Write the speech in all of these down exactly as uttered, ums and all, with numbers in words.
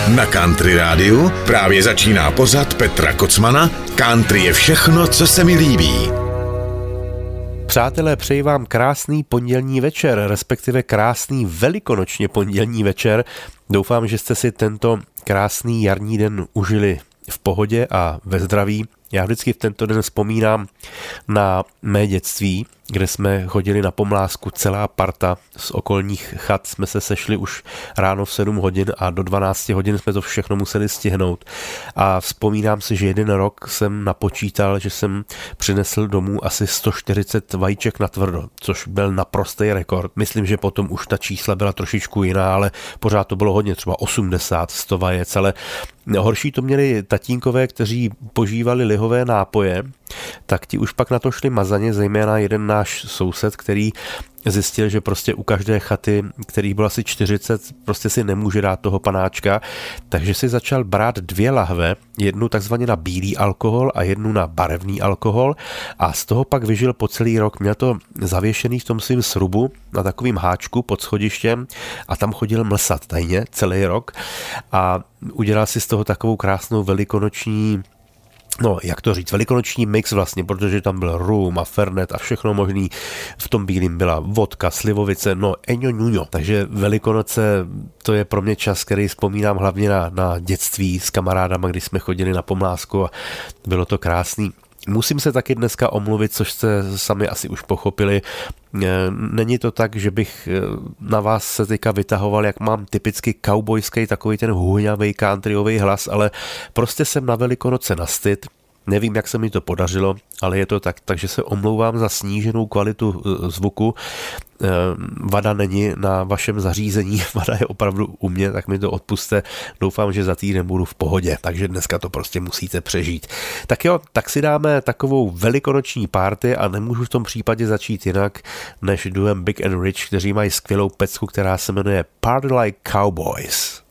Na Country Rádiu právě začíná pořad Petra Kocmana Country je všechno, co se mi líbí. Přátelé, přeji vám krásný pondělní večer, respektive krásný velikonočně pondělní večer. Doufám, že jste si tento krásný jarní den užili v pohodě a ve zdraví. Já vždycky v tento den vzpomínám na mé dětství, kde jsme chodili na pomlázku celá parta z okolních chat. Jsme se sešli už ráno v sedm hodin a do dvanácti hodin jsme to všechno museli stihnout. A vzpomínám si, že jeden rok jsem napočítal, že jsem přinesl domů asi sto čtyřicet vajíček na tvrdo, což byl naprostý rekord. Myslím, že potom už ta čísla byla trošičku jiná, ale pořád to bylo hodně, třeba osmdesát, sto vajec, ale horší to měli tatínkové, kteří požívali lihové nápoje, tak ti už pak na to šli mazaně, zejména jeden náš soused, který zjistil, že prostě u každé chaty, který bylo asi čtyřicet, prostě si nemůže dát toho panáčka, takže si začal brát dvě lahve, jednu takzvaně na bílý alkohol a jednu na barevný alkohol a z toho pak vyžil po celý rok. Měl to zavěšený v tom svým srubu na takovým háčku pod schodištěm a tam chodil mlsat tajně celý rok a udělal si z toho takovou krásnou velikonoční, no, jak to říct, velikonoční mix vlastně, protože tam byl rum a fernet a všechno možný. V tom bílým byla vodka, slivovice, no eňo ňuňo. Takže Velikonoce, to je pro mě čas, který vzpomínám hlavně na, na dětství s kamarádama, když jsme chodili na pomlázku a bylo to krásný. Musím se taky dneska omluvit, což jste sami asi už pochopili. Není to tak, že bych na vás se teďka vytahoval, jak mám typicky kaubojský, takový ten hůňavý countryový hlas, ale prostě jsem na Velikonoce na styt. Nevím, jak se mi to podařilo, ale je to tak, takže se omlouvám za sníženou kvalitu zvuku. Vada není na vašem zařízení, vada je opravdu u mě, tak mi to odpuste. Doufám, že za týden budu v pohodě, takže dneska to prostě musíte přežít. Tak jo, tak si dáme takovou velikonoční party a nemůžu v tom případě začít jinak než duem Big and Rich, kteří mají skvělou pecku, která se jmenuje Party Like Cowboys.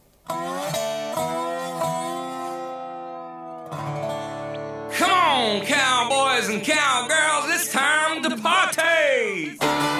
Cowboys and cowgirls, it's time to party!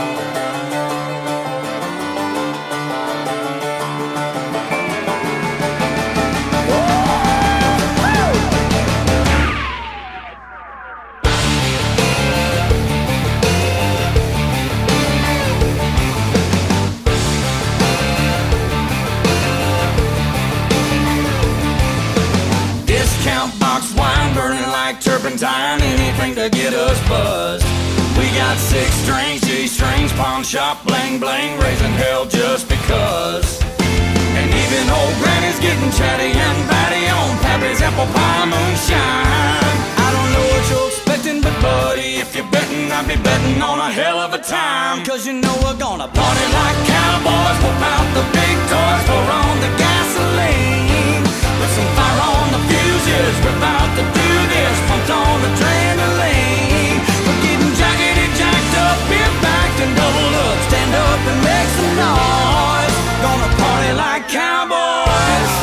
Discount box wine burning like turpentine, anything to get us buzzed. We got six strings, G strings, pawn shop, bling bling, raising hell just because. And even old granny's getting chatty and batty on Pappy's apple pie moonshine. I don't know what you're expecting, but buddy, if you're betting, I'd be betting on a hell of a time. Cause you know we're gonna party like cowboys, whip out the big toys, pour on the gasoline, put some fire on the fuses, we're about to do this, pumped on adrenaline. We're getting jaggedy, jacked up, beer backed and doubled up, stand up and make some noise. Gonna party like cowboys.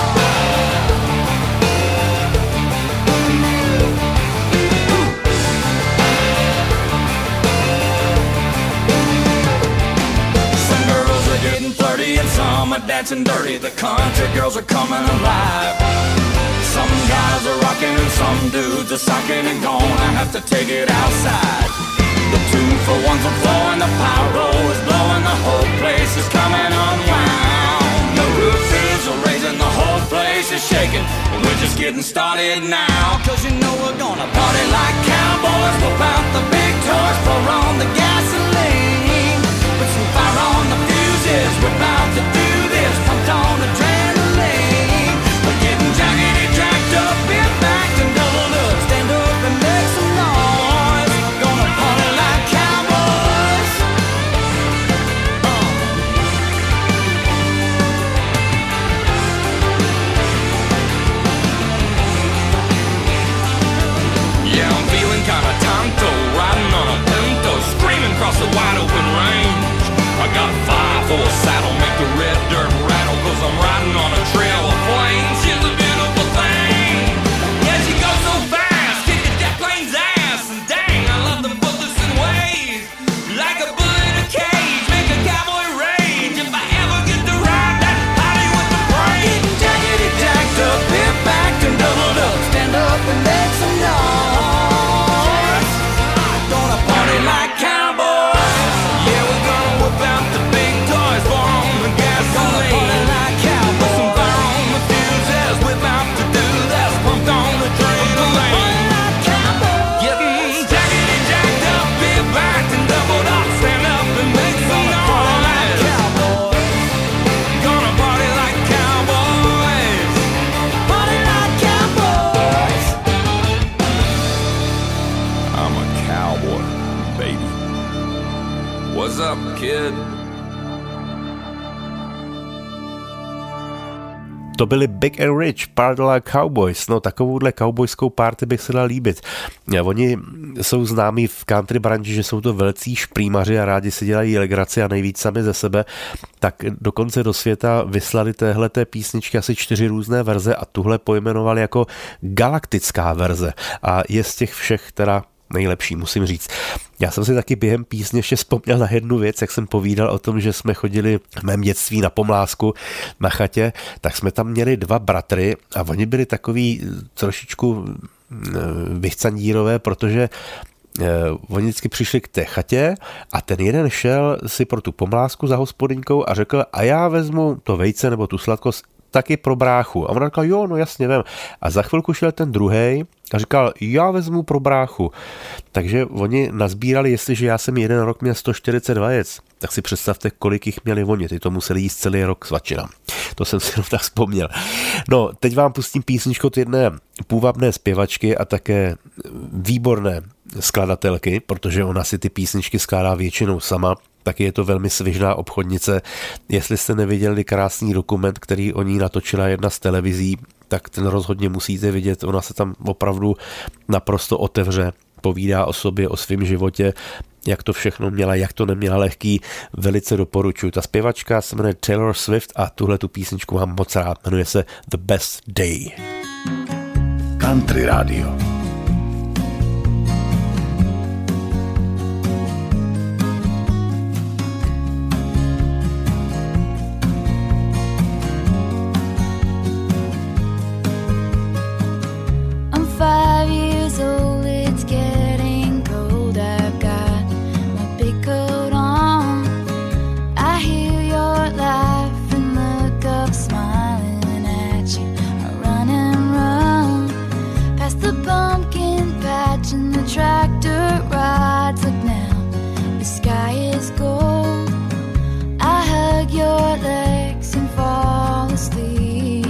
Some girls are getting flirty and some are dancing dirty. The country girls are coming alive. Some guys are rocking and some dudes are socking and gonna have to take it outside. The two for one's on floor and the pyro is blowing. The whole place is coming unwound. The roof is raising, the whole place is shaking. And we're just getting started now. Cause you know we're gonna party like cowboys. Whip out the big toys, pour on the gasoline, put some fire on the fuses, we're about to do this, pumped on adrenaline. We're getting jaggedy, jacked up, beer backed and doubled up, stand up and make some noise. Gonna party like cowboys. uh. Yeah, I'm feeling kinda tonto, riding on a pinto, screaming across the To byli Big and Rich, Party Like Cowboys. No takovouhle cowboyskou party bych se dal líbit. Oni jsou známí v country branži, že jsou to velcí šprýmaři a rádi si dělají legraci a nejvíc sami ze sebe. Tak dokonce do světa vyslali téhleté písničky asi čtyři různé verze a tuhle pojmenovali jako galaktická verze. A je z těch všech teda nejlepší, musím říct. Já jsem si taky během písně ještě vzpomněl na jednu věc, jak jsem povídal o tom, že jsme chodili v mém dětství na Pomlásku na chatě, tak jsme tam měli dva bratry a oni byli takový trošičku vychcandírové, protože oni vždycky přišli k té chatě a ten jeden šel si pro tu Pomlásku za hospodyňkou a řekl, a já vezmu to vejce nebo tu sladkost taky pro bráchu. A on říkal, jo, no jasně vem. A za chvilku šel ten druhej a říkal, já vezmu pro bráchu. Takže oni nazbírali, jestliže já jsem jeden rok měl sto čtyřicet vajec, tak si představte, kolik jich měli oni. Ty to museli jíst celý rok svačina. To jsem si jenom tak vzpomněl. No, teď vám pustím písničku od jedné půvabné zpěvačky a také výborné skladatelky, protože ona si ty písničky skládá většinou sama. Taky je to velmi svižná obchodnice. Jestli jste neviděli krásný dokument, který o ní natočila jedna z televizí, tak ten rozhodně musíte vidět. Ona se tam opravdu naprosto otevře, povídá o sobě, o svém životě, jak to všechno měla, jak to neměla lehký. Velice doporučuji. Ta zpěvačka se jmenuje Taylor Swift a tuhle tu písničku mám moc rád. Jmenuje se The Best Day. Country Radio. Five years old, it's getting cold. I've got my big coat on. I hear your laugh and look up, smiling at you. I run and run past the pumpkin patch and the tractor rides. Look now, the sky is gold. I hug your legs and fall asleep.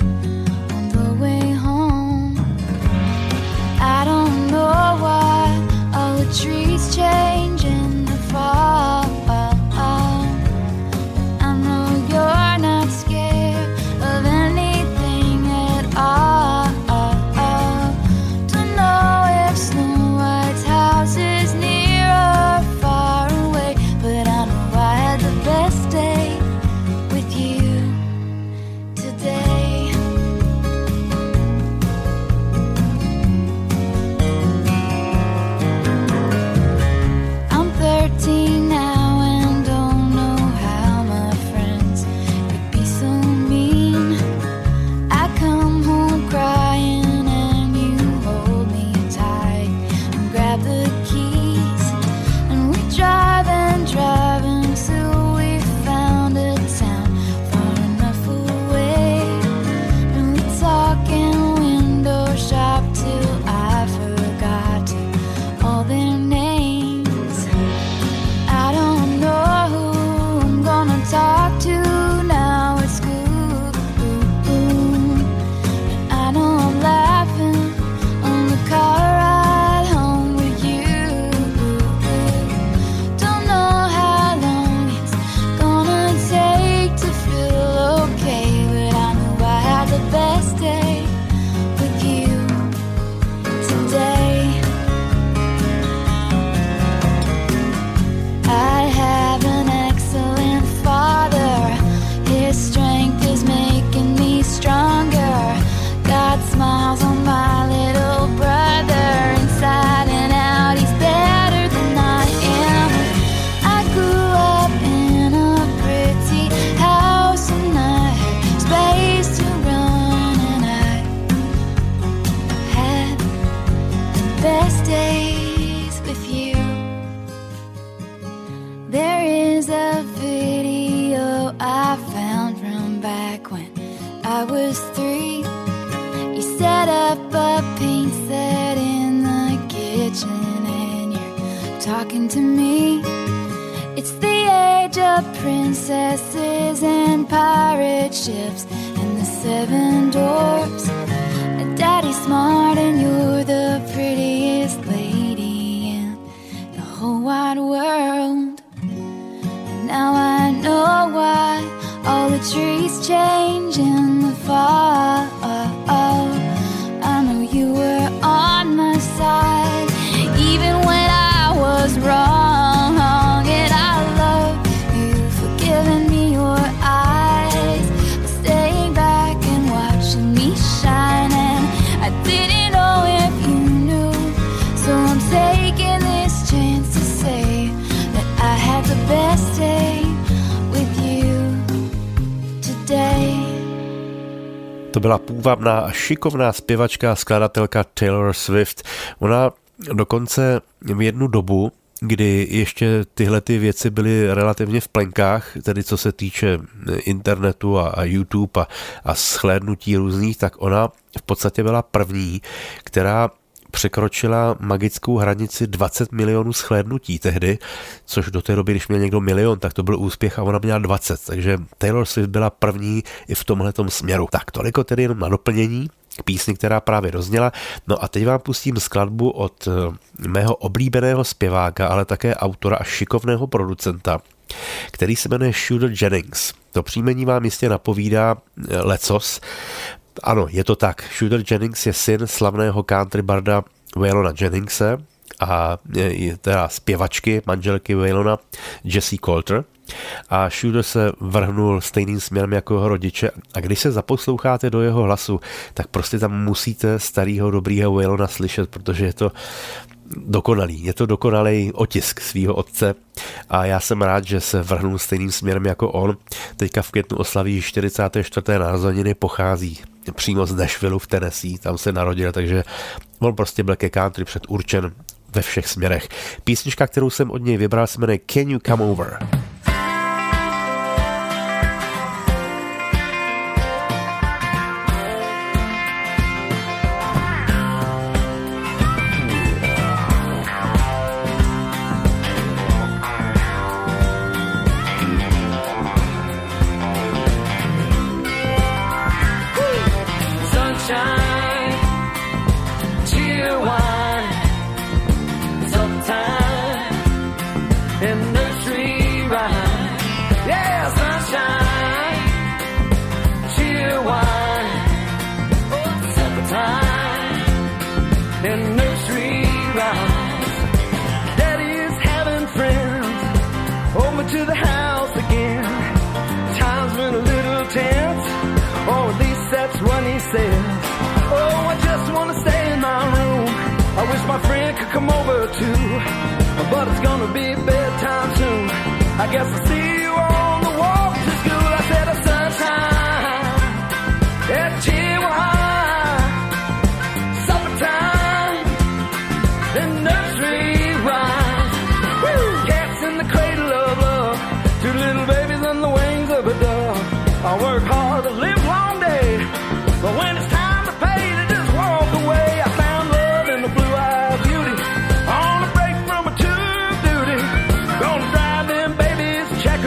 I don't know why all the trees change in the fall. I know you're not scared of anything at all. Don't know if Snow White's house is near or far away, but I know I had the best day with you today. thirteen now and don't know how my friends could be so mean. I come home crying and you hold me tight and grab the keys and we drive and drive until we found a town far enough away, and we talk and window shop till I forgot all their names. I don't know who I'm gonna talk to now at school. I know I'm laughing on the car ride home with you. Don't know how long it's gonna take to feel okay, but I know I had the best day with you today. I have an excellent father. His strength is making me stronger. God smiles on my little brother. Inside and out, he's better than I am. I grew up in a pretty house and I had space to run, and I had the best days with you. There is a video I found from back when I was three. You set up a paint set in the kitchen and you're talking to me. It's the age of princesses and pirate ships and the seven dwarfs. Daddy's smart and you're the prettiest lady in the whole wide world. And now I know why all the trees change in the fall. To byla půvabná a šikovná zpěvačka a skladatelka Taylor Swift. Ona dokonce v jednu dobu, kdy ještě tyhle ty věci byly relativně v plenkách, tedy co se týče internetu a, a YouTube a, a shlédnutí různých, tak ona v podstatě byla první, která překročila magickou hranici dvacet milionů shlédnutí tehdy, což do té doby, když měl někdo milion, tak to byl úspěch a ona měla dvacet, takže Taylor Swift byla první i v tomhletom směru. Tak toliko tedy jenom na doplnění k písni, která právě dozněla. No a teď vám pustím skladbu od mého oblíbeného zpěváka, ale také autora a šikovného producenta, který se jmenuje Shooter Jennings. To příjmení vám jistě napovídá lecos. Ano, je to tak. Shooter Jennings je syn slavného country barda Waylona Jenningse a je teda zpěvačky, manželky Waylona, Jessie Coulter. A Shooter se vrhnul stejným směrem jako jeho rodiče a když se zaposloucháte do jeho hlasu, tak prostě tam musíte starýho dobrýho Waylona slyšet, protože je to dokonalý. Je to dokonalý otisk svýho otce a já jsem rád, že se vrhnul stejným směrem jako on. Teďka v květnu oslaví čtyřicáté čtvrté narozeniny, pochází přímo z Nashville v Tennessee, tam se narodil, takže on prostě byl ke country předurčen ve všech směrech. Písnička, kterou jsem od něj vybral, se jmenuje Can You Come Over? My friend could come over too, but it's gonna be bedtime soon. I guess I'll see you on the walk to school. I said a sunshine, yeah, Chihuahua, summertime, and nursery rhymes. Woo! Cats in the cradle of love, two little babies on the wings of a dove. I work hard to live long day, but when it's time to pay, they just walk away. I found love in the blue-eyed beauty on a break from a tube duty. Gonna drive them babies check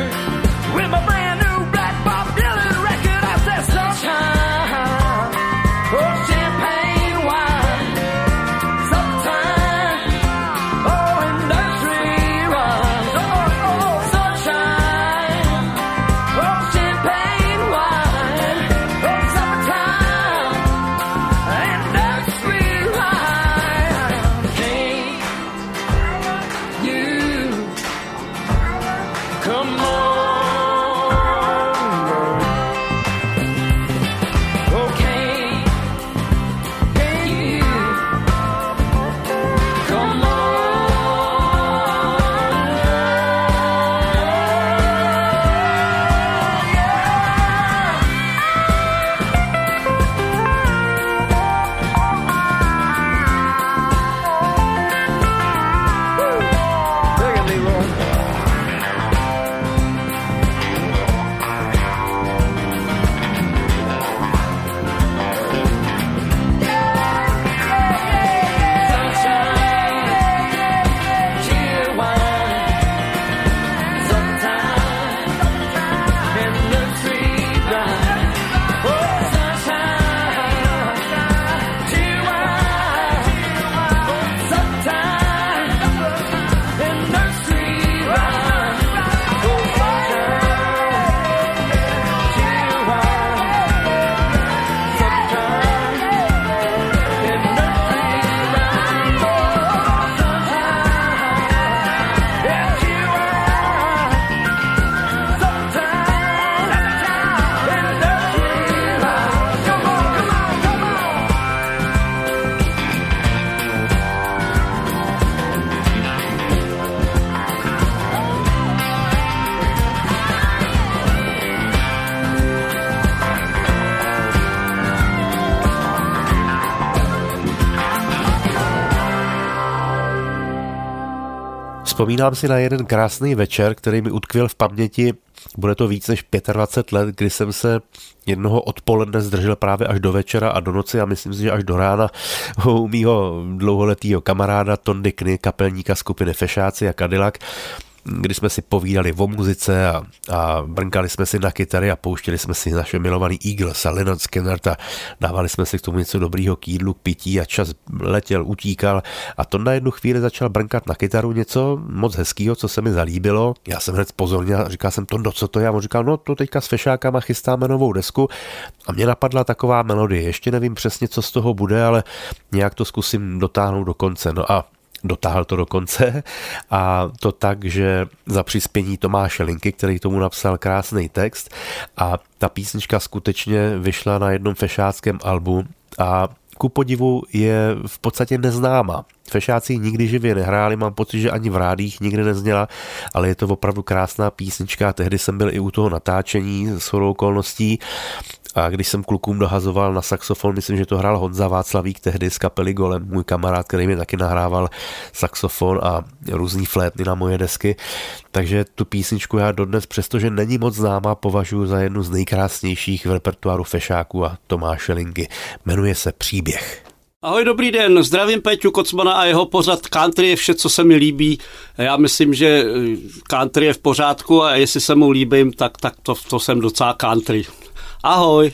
Vzpomínám si na jeden krásný večer, který mi utkvěl v paměti. Bude to víc než dvacet pět let, kdy jsem se jednoho odpoledne zdržel právě až do večera a do noci a myslím si, že až do rána u mýho dlouholetýho kamaráda Tondy Kny, kapelníka skupiny Fešáci a Cadillac, kdy jsme si povídali o muzice a, a brnkali jsme si na kytary a pouštěli jsme si naše milovaný Eagles a Lynyrd Skynyrd a dávali jsme si k tomu něco dobrýho k jídlu, k pití a čas letěl, utíkal a to na jednu chvíli začal brnkat na kytaru něco moc hezkýho, co se mi zalíbilo. Já jsem hned pozornil a říkal jsem, Tondo, co to je? A on říkal, no to teďka s Fešákama chystáme novou desku a mě napadla taková melodie. Ještě nevím přesně, co z toho bude, ale nějak to zkusím dotáhnout do konce. No a dotáhl to do konce a to tak, že za přispění Tomáše Linky, který tomu napsal krásný text a ta písnička skutečně vyšla na jednom fešáckém albu a ku podivu je v podstatě neznámá. Fešáci nikdy živě nehráli, mám pocit, že ani v rádích nikdy nezněla, ale je to opravdu krásná písnička. Tehdy jsem byl i u toho natáčení shodou okolností a když jsem klukům dohazoval na saxofon, myslím, že to hrál Honza Václavík tehdy z kapely Golem, můj kamarád, který mi taky nahrával saxofon a různý flétny na moje desky. Takže tu písničku já dodnes, přestože není moc známá, považuji za jednu z nejkrásnějších v repertoáru Fešáků a Tomáše Linky. Jmenuje se Příběh. Ahoj, dobrý den, zdravím Péťu Kocmana a jeho pořad Country je vše, co se mi líbí. Já myslím, že country je v pořádku a jestli se mu líbím, tak, tak to, to jsem docela country. Ahoj.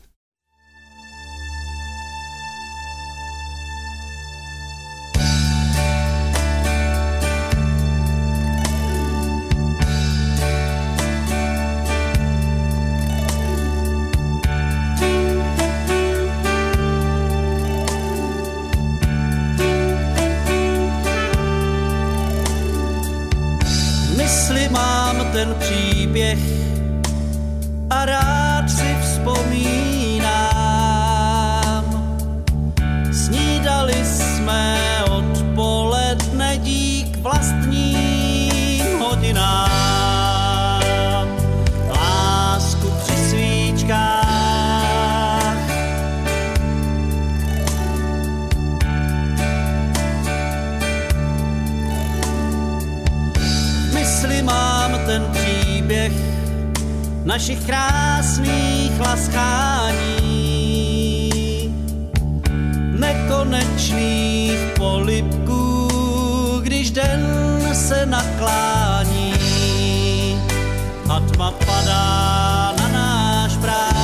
Mysli mám ten příběh a rád si vzpomínám. Snídali jsme odpoledne dík vlastním hodinám. Lásku při svíčkách. V mysli mám ten příběh našich krásných laskání, nekonečných polibků, když den se naklání a tma padá na náš práh.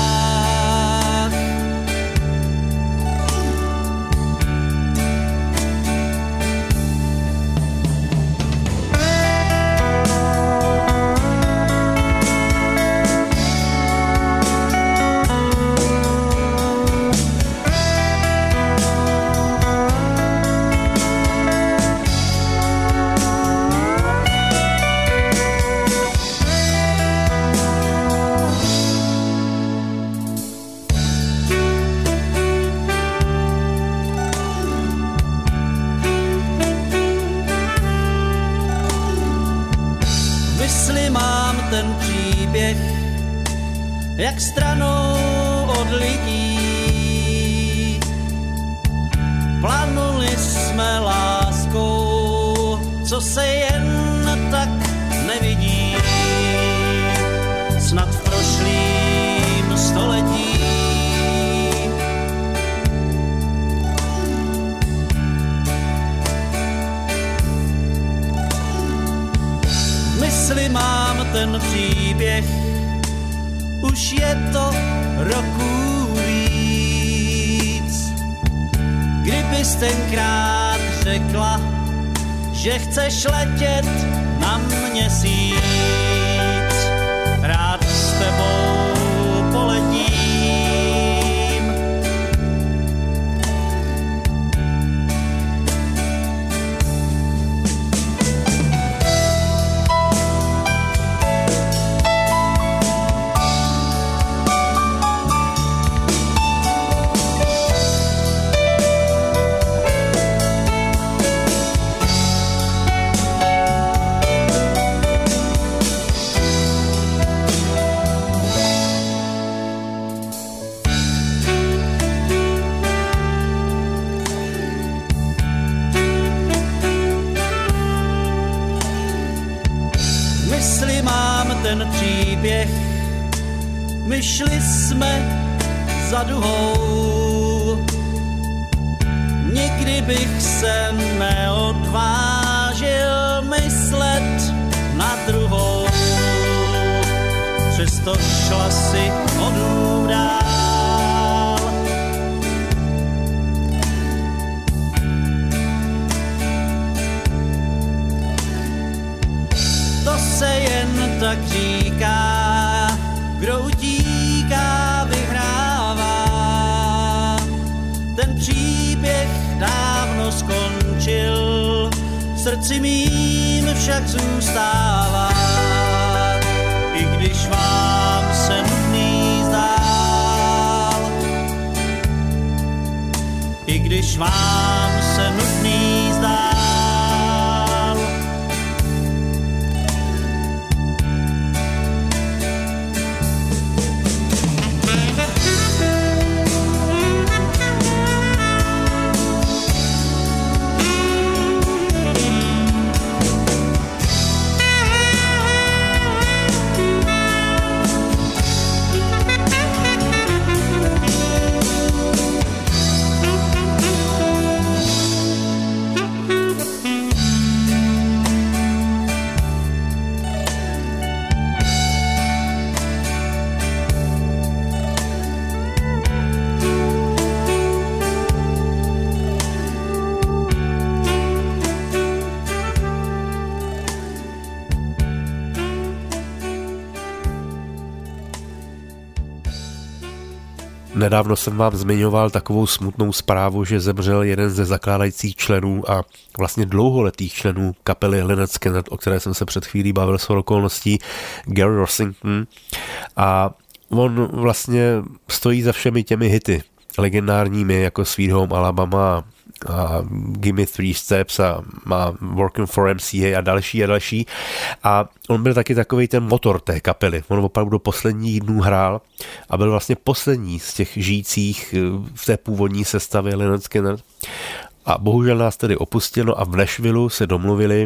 Ten příběh, jak stranou od lidí, planuli jsme láskou, co se jen tak nevidí, snad v prošlým století. Mysli mám ten příběh, už je to roků víc. Kdybys tenkrát řekla, že chceš letět na měsíc, rád s tebou poletím. příběh, my šli jsme za duhou. Nikdy bych se neodvážil myslet na druhou. Přesto šla si o dům dál. To se jen tak říká, kdo utíká, vyhrává. Ten příběh dávno skončil, v srdci mým však zůstává. I když vám se nudný zdál, i když vám se nudný zdál. Nedávno jsem vám zmiňoval takovou smutnou zprávu, že zemřel jeden ze zakládajících členů a vlastně dlouholetých členů kapely Lynyrd Skynyrd, o které jsem se před chvílí bavil s okolností, Gary Rossington. A on vlastně stojí za všemi těmi hity legendárními jako Sweet Home Alabama a Gimme Three Steps a má Working for M C A a další a další. A on byl taky takovej ten motor té kapely. On opravdu do posledních dnů hrál a byl vlastně poslední z těch žijících v té původní sestavě Lynyrd Skynyrd. A bohužel nás tedy opustilo a v Nashvillu se domluvili,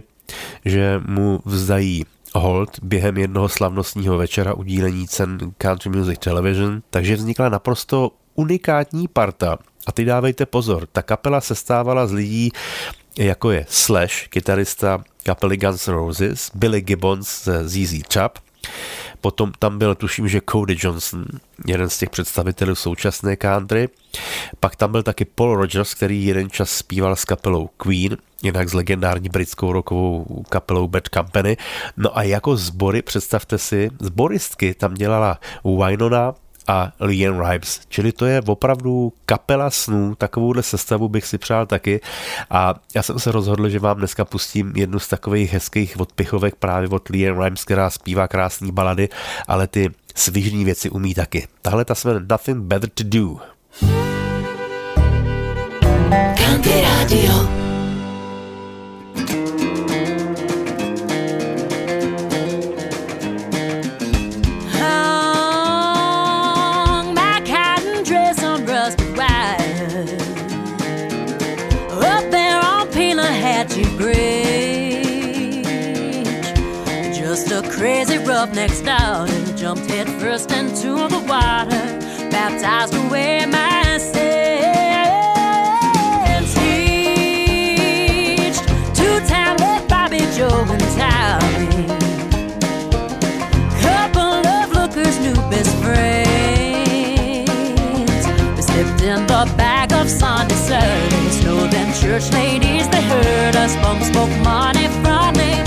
že mu vzdají hold během jednoho slavnostního večera udílení cen Country Music Television, takže vznikla naprosto unikátní parta. A ty dávejte pozor, ta kapela sestávala z lidí, jako je Slash, kytarista kapely Guns N' Roses, Billy Gibbons z Z Z Top, potom tam byl, tuším, že Cody Johnson, jeden z těch představitelů současné country, pak tam byl taky Paul Rodgers, který jeden čas zpíval s kapelou Queen, jinak s legendární britskou rockovou kapelou Bad Company. No a jako sbory, představte si, sboristky tam dělala Wynonna a LeAnn Rimes, čili to je opravdu kapela snů, takovouhle sestavu bych si přál taky a já jsem se rozhodl, že vám dneska pustím jednu z takových hezkých odpichovek právě od LeAnn Rimes, která zpívá krásný balady, ale ty svižný věci umí taky. Tahle ta se jmenuje Nothing Better to Do. Country Radio. Just a crazy roughneck down and jumped head first into the water, baptized away my sins. Teached two-time with Bobby Joe and Tommy, couple of lookers, new best friends. We slipped in the bag of Sunday service. Know them church ladies, they heard us. Bum spoke money from me.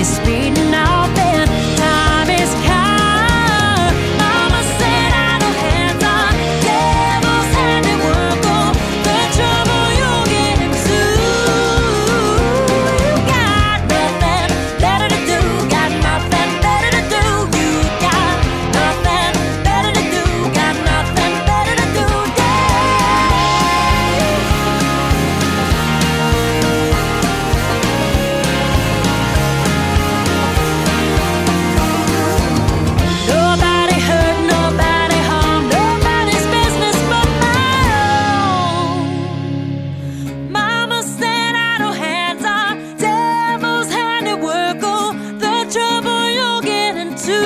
speeding out, then time is kind. Mama said idle hands are devil's handiwork. Oh, the trouble you'll get into. You got nothing better to do. Got nothing better to do. You got nothing better to do. Got nothing better to do. Nobody hurt, nobody harmed, nobody's business but my own. Mama said idle hands are devil's handiwork. Oh, the trouble you'll get into.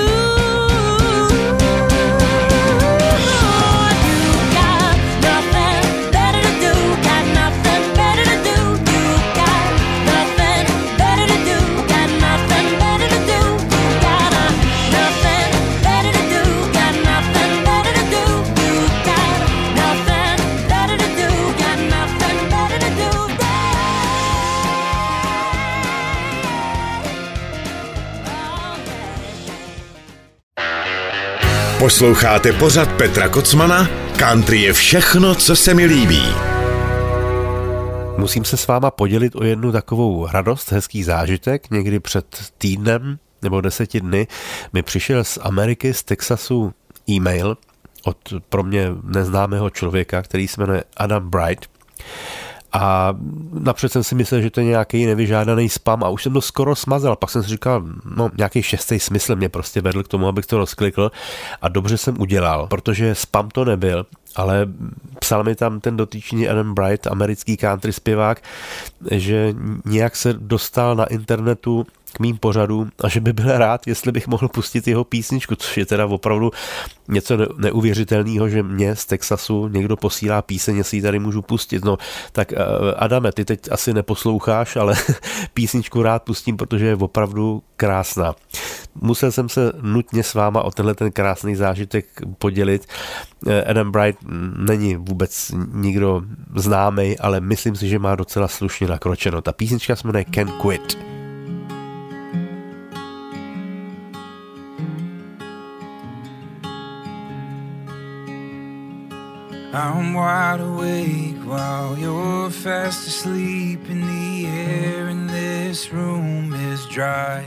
You got nothing better to do. Got nothing better to do. You got nothing better to do. Got nothing better to do. You got a nothing better to do. Got nothing better to do. You got nothing better to do. Got nothing better to do. Posloucháte pořad Petra Kocmana? Country je všechno, co se mi líbí. Musím se s váma podělit o jednu takovou radost, hezký zážitek. Někdy před týdnem nebo deseti dny mi přišel z Ameriky, z Texasu e-mail od pro mě neznámého člověka, který se jmenuje Adam Bright. A napřed jsem si myslel, že to je nějaký nevyžádaný spam a už jsem to skoro smazal. Pak jsem si říkal, no nějaký šestý smysl mě prostě vedl k tomu, abych to rozklikl a dobře jsem udělal, protože spam to nebyl, ale psal mi tam ten dotyčný Adam Bright, americký country zpěvák, že nějak se dostal na internetu k mým pořadům a že by byl rád, jestli bych mohl pustit jeho písničku, což je teda opravdu něco neuvěřitelného, že mě z Texasu někdo posílá píseň, jestli ji tady můžu pustit. No tak Adame, ty teď asi neposloucháš, ale písničku rád pustím, protože je opravdu krásná. Musel jsem se nutně s váma o tenhle ten krásný zážitek podělit. Adam Bright není vůbec nikdo známý, ale myslím si, že má docela slušně nakročeno. Ta písnička se jmenuje Can't Quit. I'm wide awake while you're fast asleep, and the air in this room is dry.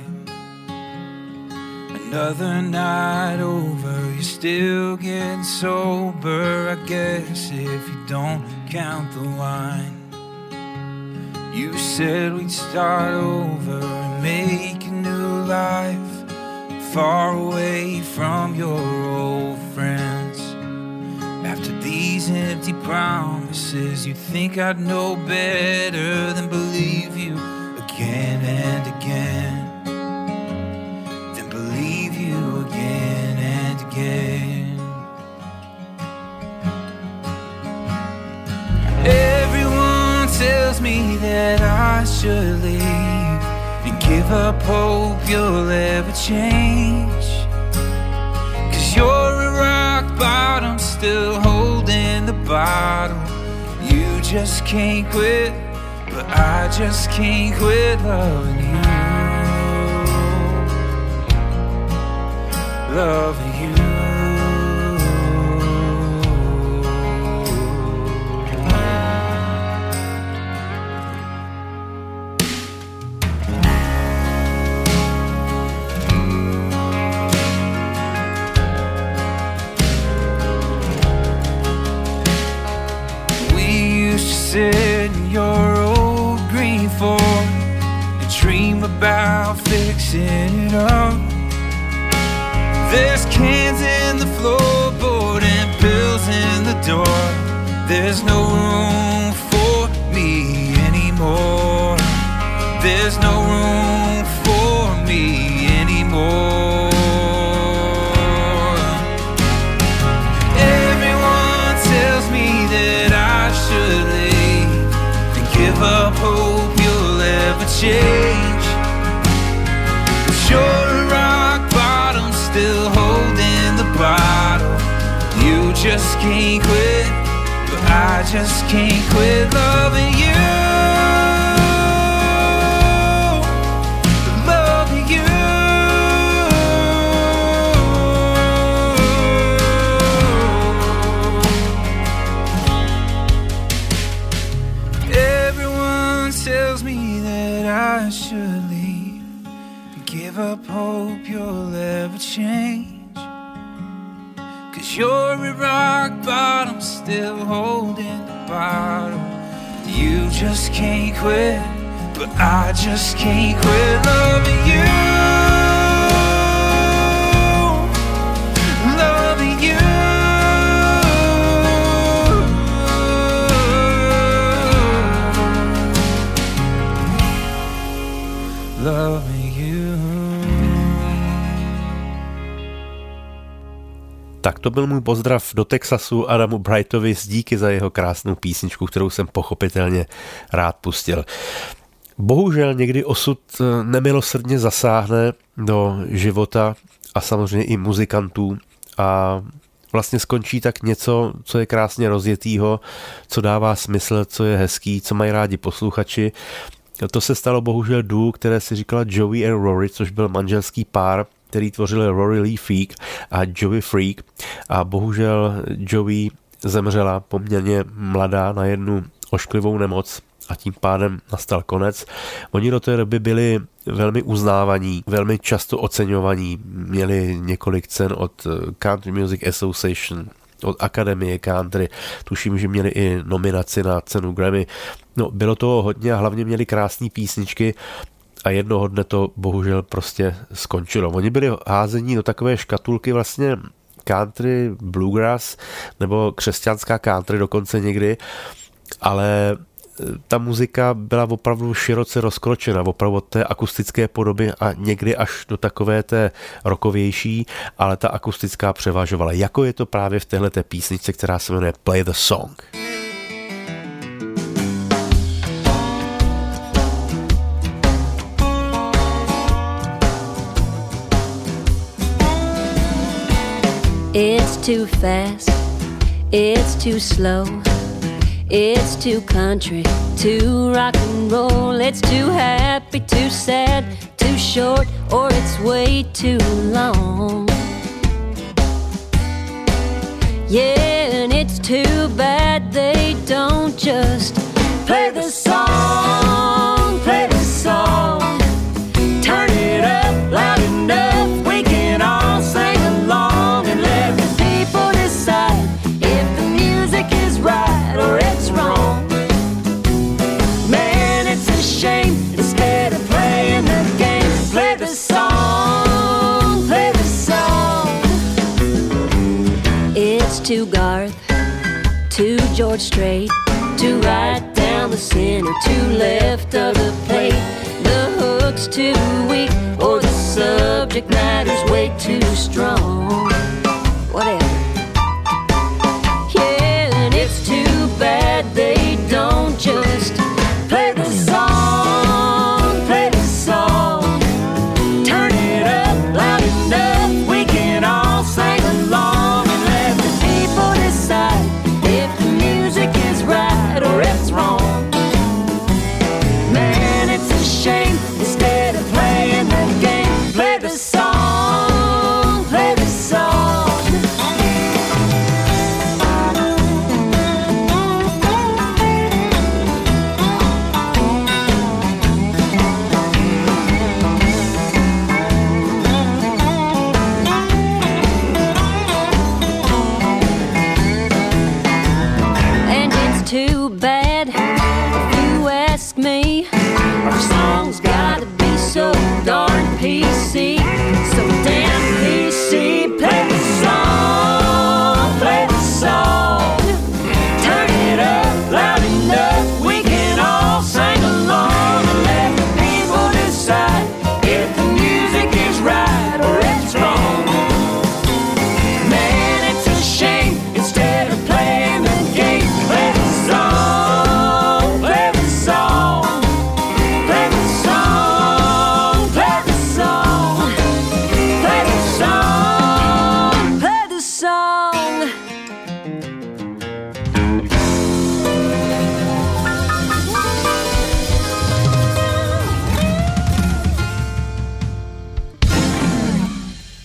Another night over, you're still getting sober, I guess, if you don't count the wine. You said we'd start over and make a new life, far away from your old friends. After these empty promises, you'd think I'd know better than believe you again and again. Then believe you again and again. Everyone tells me that I should leave and give up hope you'll ever change. 'Cause you're a rock bottom, still holding the bottle. You just can't quit, but I just can't quit loving you. Loving you. Sit in your old green Ford and dream about fixing it up. There's cans in the floorboard and pills in the door. There's no room for me anymore. There's no room for me anymore. Everyone tells me that I should leave, give up hope you'll ever change. But you're a rock bottom, still holding the bottle. You just can't quit, but I just can't quit loving you. Loving you. will ever change. 'Cause you're at rock bottom, still holding the bottle. You just can't quit, but I just can't quit loving you. Loving you. Loving you. Tak to byl můj pozdrav do Texasu Adamu Brightovi, s díky za jeho krásnou písničku, kterou jsem pochopitelně rád pustil. Bohužel někdy osud nemilosrdně zasáhne do života a samozřejmě i muzikantů a vlastně skončí tak něco, co je krásně rozjetýho, co dává smysl, co je hezký, co mají rádi posluchači. To se stalo bohužel duo, které si říkala Joey a Rory, což byl manželský pár, který tvořili Rory Lee Feek a Joey Freak. A bohužel Joey zemřela poměrně mladá na jednu ošklivou nemoc a tím pádem nastal konec. Oni do té doby byli velmi uznávaní, velmi často oceňovaní, měli několik cen od Country Music Association, od Akademie Country, tuším, že měli i nominaci na cenu Grammy. No, bylo toho hodně a hlavně měli krásné písničky a jednoho dne to bohužel prostě skončilo. Oni byli házení do takové škatulky vlastně country, bluegrass nebo křesťanská country dokonce někdy, ale ta muzika byla opravdu široce rozkročena, opravdu od té akustické podoby a někdy až do takové té rockovější, ale ta akustická převažovala. Jako je to právě v téhleté písničce, která se jmenuje Play the Song. It's too fast, it's too slow, it's too country, too rock and roll, it's too happy, too sad, too short, or it's way too long. Yeah, and it's too bad they don't just play the song, play the song, turn it up loud enough, we can all sing along and let the people decide if the music is right or it's wrong. Man, it's a shame, instead of playing the game, play the song, play the song. It's too Garth, too George Strait, too right down the center, too left of the plate. The hook's too weak, or the subject matter's way too strong. Whatever. Yeah, and it's too bad they don't just play the song, play the song, turn it up loud enough, we can all sing along and let the people decide if the music is right or it's wrong. Man, it's a shame, instead of playing the game, play the song, play the song.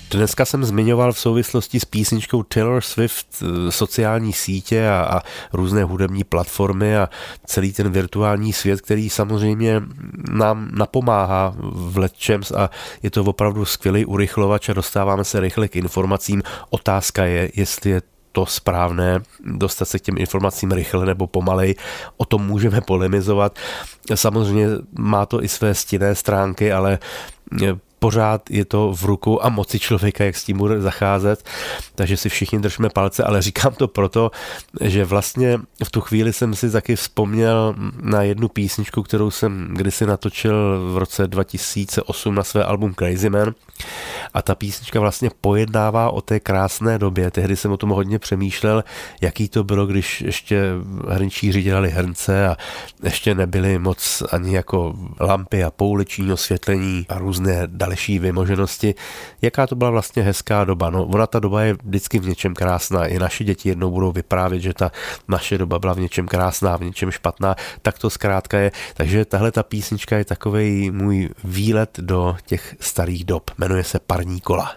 Dneska jsem zmiňoval v souvislosti s písničkou Taylor Swift sociální sítě a, a různé hudební platformy a celý ten virtuální svět, který samozřejmě nám napomáhá v lecčems a je to opravdu skvělý urychlovač a dostáváme se rychle k informacím. Otázka je, jestli je to správné, dostat se k těm informacím rychle nebo pomalej. O tom můžeme polemizovat. Samozřejmě má to i své stinné stránky, ale pořád je to v rukou a moci člověka, jak s tím bude zacházet, takže si všichni držme palce, ale říkám to proto, že vlastně v tu chvíli jsem si taky vzpomněl na jednu písničku, kterou jsem kdysi natočil v roce dva tisíce osm na své album Crazy Man a ta písnička vlastně pojednává o té krásné době. Tehdy jsem o tom hodně přemýšlel, jaký to bylo, když ještě hrnčíři dělali hrnce a ještě nebyly moc ani jako lampy a pouliční osvětlení a různé další vymoženosti. Jaká to byla vlastně hezká doba? No, ona ta doba je vždycky v něčem krásná. I naši děti jednou budou vyprávět, že ta naše doba byla v něčem krásná, v něčem špatná. Tak to zkrátka je. Takže tahle ta písnička je takovej můj výlet do těch starých dob. Jmenuje se Parní kola.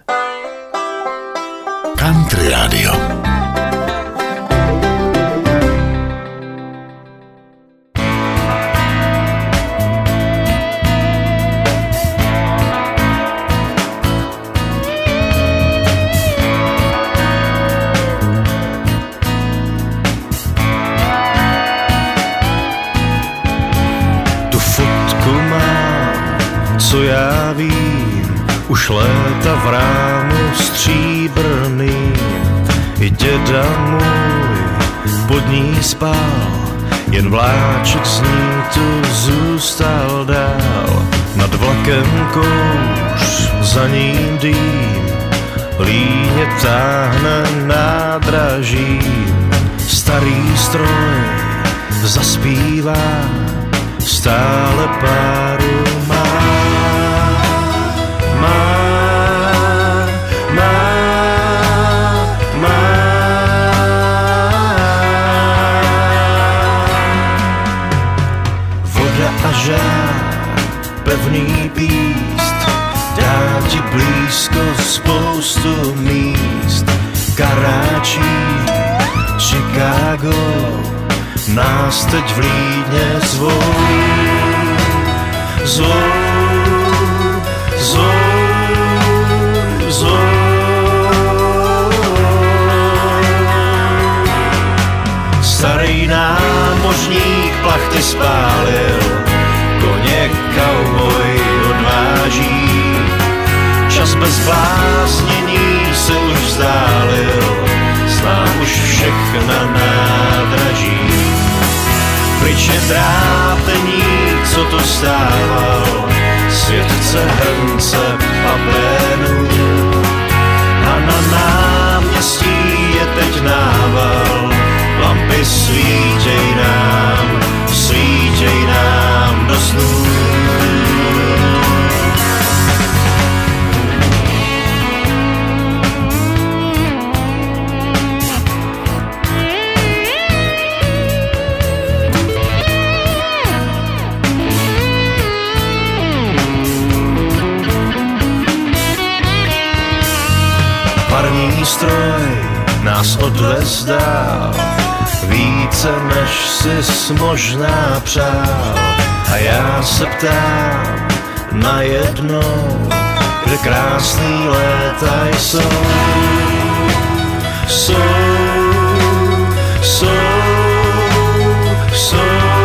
Country Radio. Co já vím, už léta v rámu stříbrný, i děda můj pod ní spál, jen vláček z ní tu zůstal dál. Nad vlakem kouř, za ním dým, líně táhne nádražím. Starý stroj zaspívá, stále páru má. Má, má, má. Voda a žár, pevný píst, dá ti blízko spoustu míst. Karačí, Chicago, nás teď v Lídně zvou. Zvou, zvou, zvou. Starý námořník plachty spálil, koně cowboy odváží. Čas bez bláznění se už vzdálil, znám už všechna nádraží. Pryč je trápení, co tu stával, svět chce hrnce papénů. A na náměstí je teď nával, lampy svítěj nám, svítěj nám do snů. Parní stroj nás odvez dál, více než sis možná přál. A já se ptám najednou, kde krásný léta jsou. Jsou, jsou, jsou.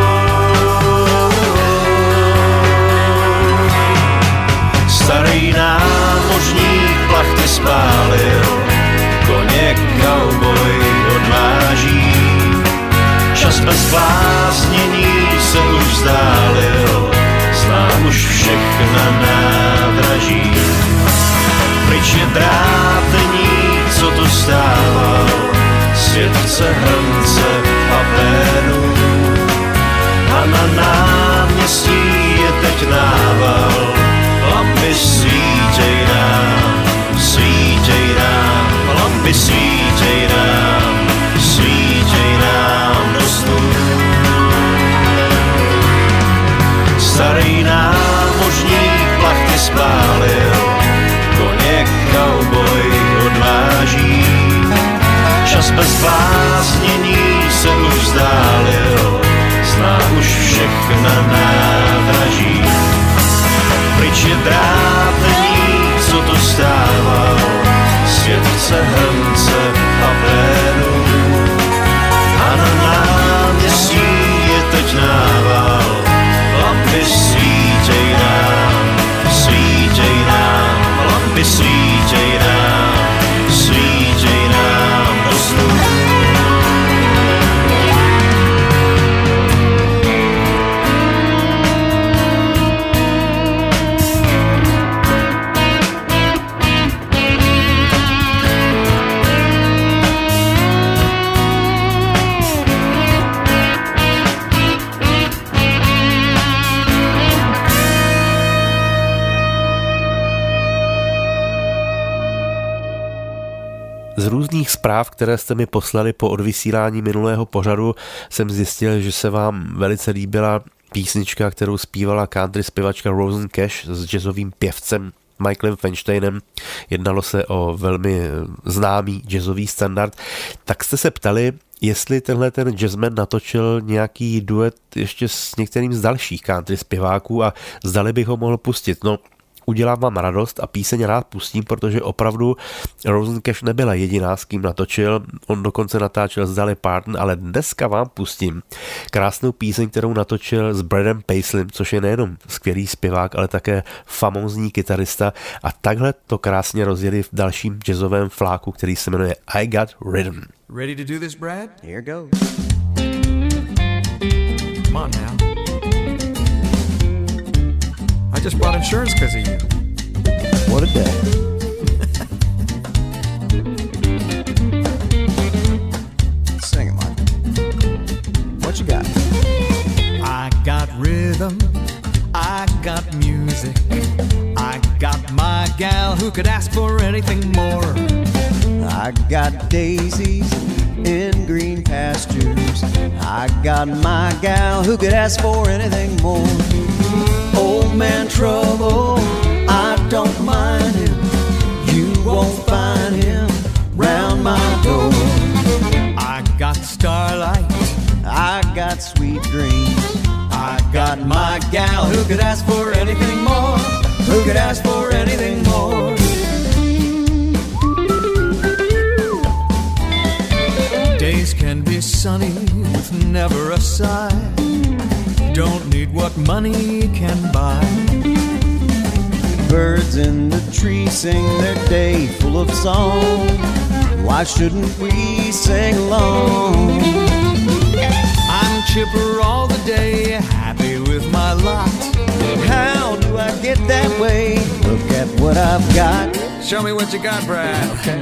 Starý námořník plachty spálil, koně cowboy odváží. Čas bez bláznění se už vzdálil, znám už všechna nádraží. Pryč je trápení, co tu stával, svět chce hrnce papéru. A na náměstí je teď nával, lampy svítěj nám, svítěj nám, lampy svítěj nám, svítěj nám do snů. Starý námořník plachty spálil, koně cowboy bez bláznění se už vzdálil, zná už všechna nádraží. Pryč je drát, není co tu stával, svět chce hrnce a plénu. A na náměstí je teď nával, lampy svítěj nám, svítěj nám, lampy svítěj nám, svítěj nám do snů. Z různých zpráv, které jste mi poslali po odvysílání minulého pořadu, jsem zjistil, že se vám velice líbila písnička, kterou zpívala country zpěvačka Rosanne Cash s jazzovým pěvcem Michaelem Feinsteinem. Jednalo se o velmi známý jazzový standard. Tak jste se ptali, jestli tenhle ten jazzman natočil nějaký duet ještě s některým z dalších country zpěváků a zdali bych ho mohl pustit. No, udělám vám radost a píseň rád pustím, protože opravdu Rosanne Cash nebyla jediná, s kým natočil. On dokonce natáčel s Dolly Parton, ale dneska vám pustím krásnou píseň, kterou natočil s Bradem Paisleym, což je nejenom skvělý zpěvák, ale také famózní kytarista, a takhle to krásně rozjeli v dalším jazzovém fláku, který se jmenuje I Got Rhythm. Ready to do this, Brad? Here goes. Come on now. I just bought insurance because of you. What a day. Sing it, Mike. What you got? I got rhythm, I got music, I got my gal who could ask for anything more. I got daisies in green pastures, I got my gal who could ask for anything more. Old man trouble, I don't mind him, you won't find him round my door. I got starlight, I got sweet dreams, I got my gal who could ask for anything more, who could ask for anything more. Days can be sunny with never a sigh, don't need what money can buy. Birds in the trees sing their day full of song, why shouldn't we sing along? I'm chipper all the day, happy with my lot. How do I get that way? Look at what I've got. Show me what you got, Brad. Okay.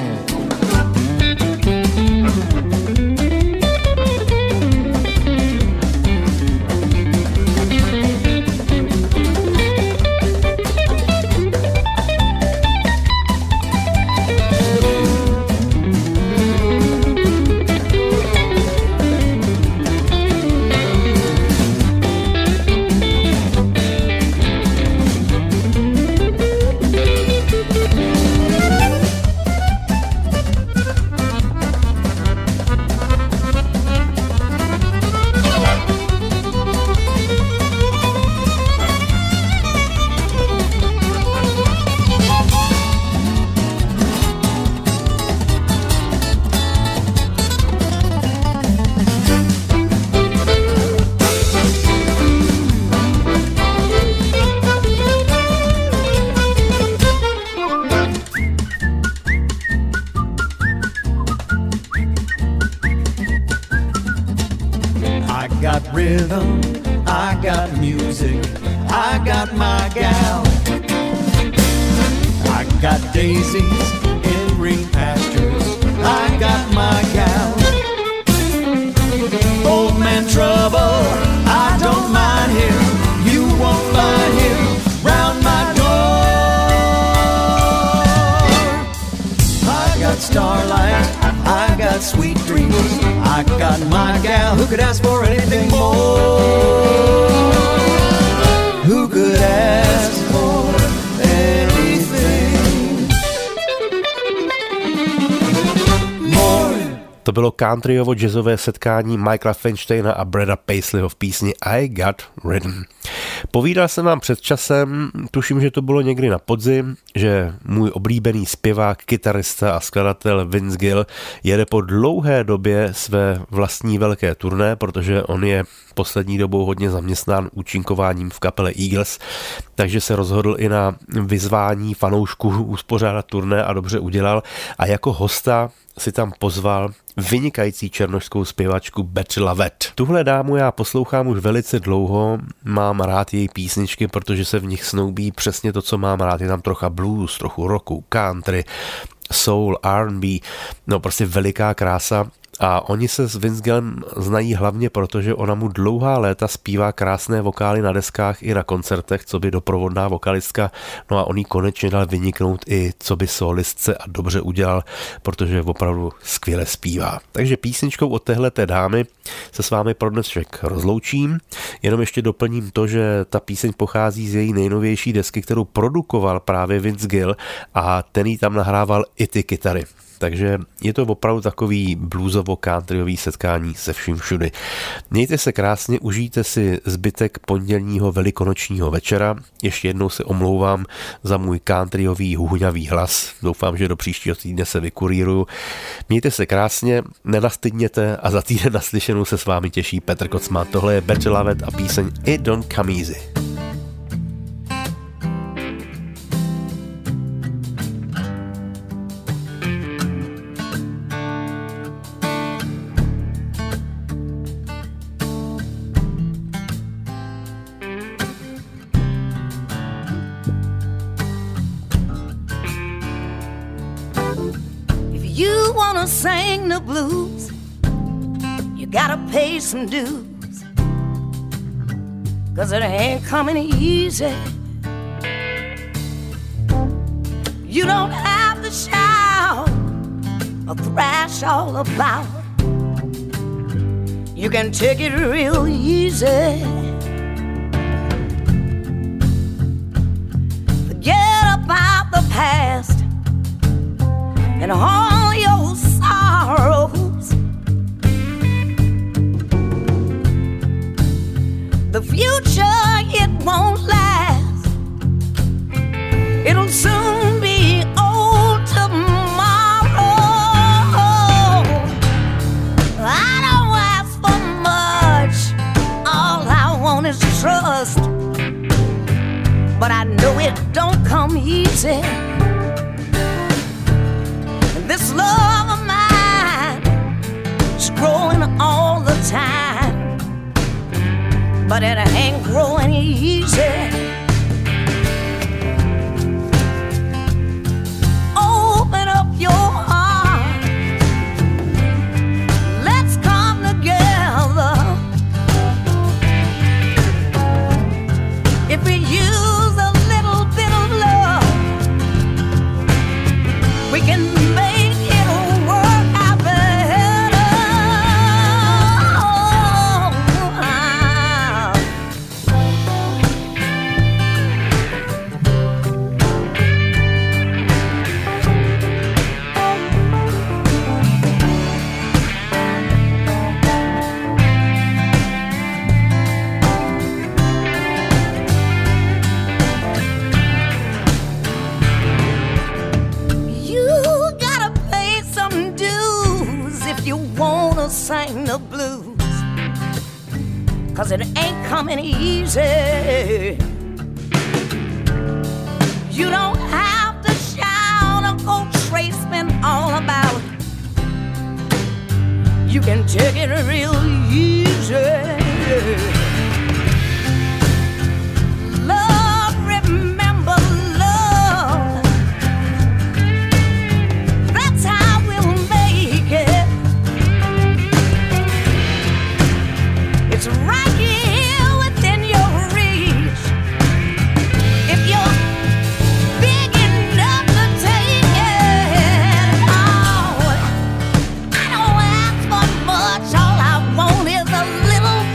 Rhythm, I got music, I got my gal, I got daisies in green pastures, I got my gal. Old man trouble, I don't mind him, you won't find him round my door. I got starlight, I got sweet dreams, I got my gal who could ask for anything more. Who could ask for anything more? To bylo countryovo jazzové setkání Michaela Feinsteina a Breda Paisleyho v písni I Got Rhythm. Povídal jsem vám před časem, tuším, že to bylo někdy na podzim, že můj oblíbený zpěvák, kytarista a skladatel Vince Gill jede po dlouhé době své vlastní velké turné, protože on je poslední dobou hodně zaměstnán účinkováním v kapele Eagles, takže se rozhodl i na vyzvání fanoušků uspořádat turné a dobře udělal a jako hosta si tam pozval vynikající černošskou zpěvačku Betty Lavette. Tuhle dámu já poslouchám už velice dlouho, mám rád její písničky, protože se v nich snoubí přesně to, co mám rád. Je tam trocha blues, trochu rocku, country, soul, R and B, no prostě veliká krása. A oni se s Vince Gillem znají hlavně proto, že ona mu dlouhá léta zpívá krásné vokály na deskách i na koncertech, co by doprovodná vokalistka, no a on jí konečně dal vyniknout i co by solistce a dobře udělal, protože opravdu skvěle zpívá. Takže písničkou od téhleté dámy se s vámi pro dnešek rozloučím, jenom ještě doplním to, že ta píseň pochází z její nejnovější desky, kterou produkoval právě Vince Gill a ten jí tam nahrával i ty kytary. Takže je to opravdu takový bluesovo-countryový setkání se vším všudy. Mějte se krásně, užijte si zbytek pondělního velikonočního večera. Ještě jednou se omlouvám za můj countryový huhňavý hlas. Doufám, že do příštího týdne se vykurýruju. Mějte se krásně, nenastydněte a za týden naslyšenou se s vámi těší Petr Kocman. Tohle je Betty Lavette a píseň It Don't Come Easy. Sing the blues, you gotta pay some dues, 'cause it ain't coming easy. You don't have to shout or thrash all about. You can take it real easy. Forget about the past and all your sorrows. The future, it won't last. It'll soon be old tomorrow. I don't ask for much, all I want is trust. But I know it don't come easy. This love of mine is growing all the time, but it ain't growing easy. Open up your heart, let's come together. If we use a little bit of love, we can make sing the blues, 'cause it ain't coming easy. You don't have to shout or go tracing all about. You can take it real easy. Love, remember love. That's how we'll make it. It's right here within your reach. If you're big enough to take it all, I don't ask for much. All I want is a little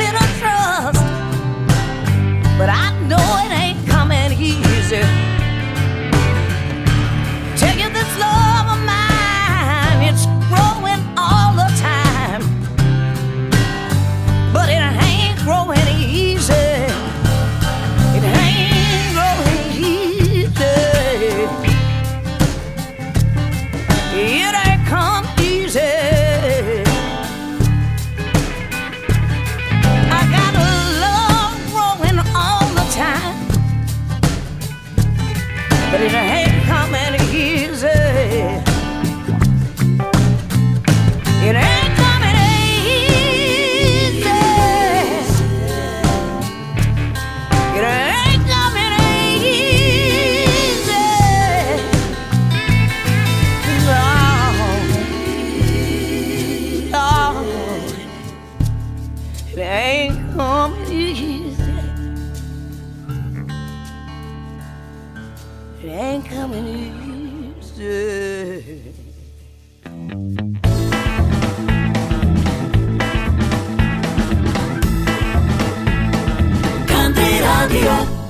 Country Radio.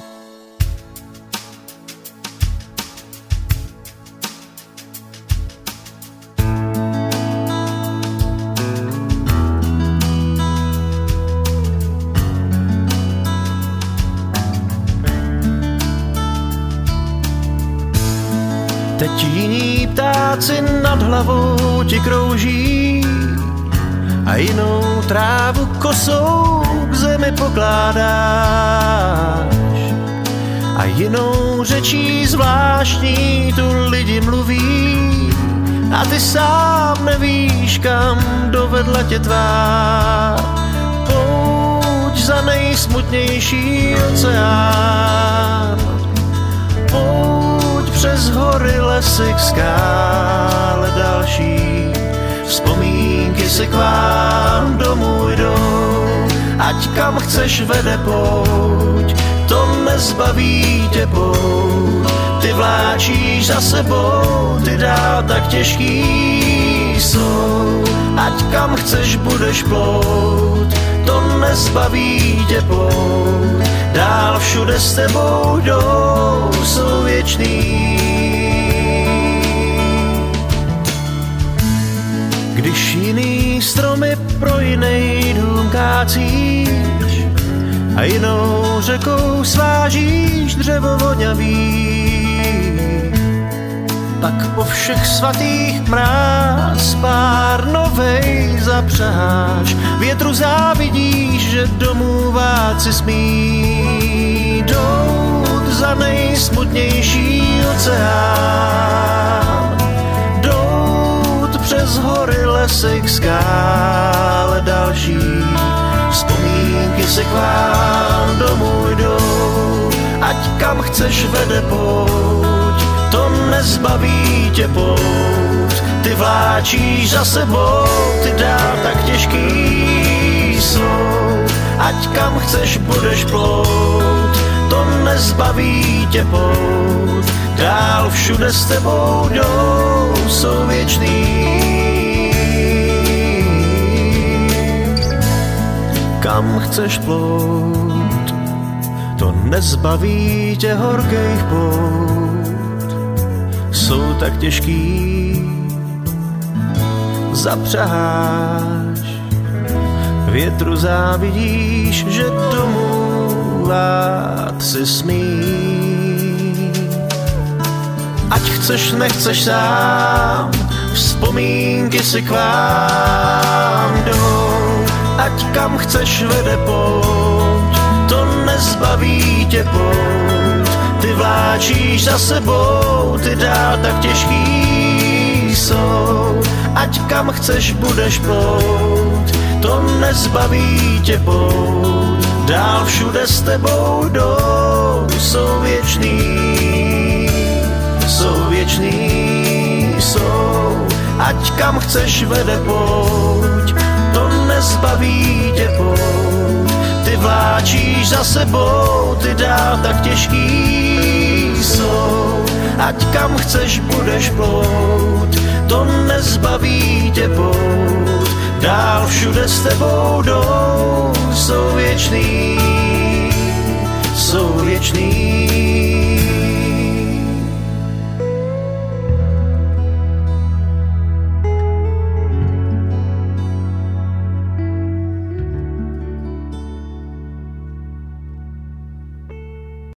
Teď jiní ptáci nad hlavou ti krouží a jinou trávu kosou k zemi pokládáš a jinou řečí zvláštní tu lidi mluví a ty sám nevíš, kam dovedla tě tvá pouť za nejsmutnější oceán, pouť přes hory, lesy, k skále další. Vzpomínky si k vám domů jdou, ať kam chceš vede pouť, to nezbaví tě pouť. Ty vláčíš za sebou, ty dál tak těžký jsou, ať kam chceš budeš plout, to nezbaví tě pouť. Dál všude s tebou jdou, jsou věčný. Když jiný stromy pro jiný dům kácíš a jinou řekou svážíš dřevo voňavý, pak po všech svatých mráz pár novej zapřáš, větru závidíš, že domůvat si smí dout za nejsmutnější oceán, dout přes hory, lesy, k skále další. Vzpomínky se k vám domů jdou, ať kam chceš vede pouť, to nezbaví tě pouť. Ty vláčíš za sebou, ty dál tak těžký jsou, ať kam chceš budeš plout, to nezbaví tě pouť. Dál všude s tebou jdou, jsou věčný. Kam chceš plout, to nezbaví tě horkých pout, jsou tak těžký, zapřaháš, větru závidíš, že domůvat si smí. Ať chceš, nechceš sám, vzpomínky si k vám jdou, ať kam chceš vede pouť, to nezbaví tě pouť. Ty vláčíš za sebou, ty dál tak těžký jsou, ať kam chceš budeš plout, to nezbaví tě pouť. Dál všude s tebou jdou, jsou věčný, jsou věčný, jsou, ať kam chceš vede pouť, to nezbaví tě pouť. Ty vláčíš za sebou, ty dál tak těžký jsou, ať kam chceš budeš plout, to nezbaví tě pouť. Dál všude s tebou jdou, jsou věčný, jsou věčný.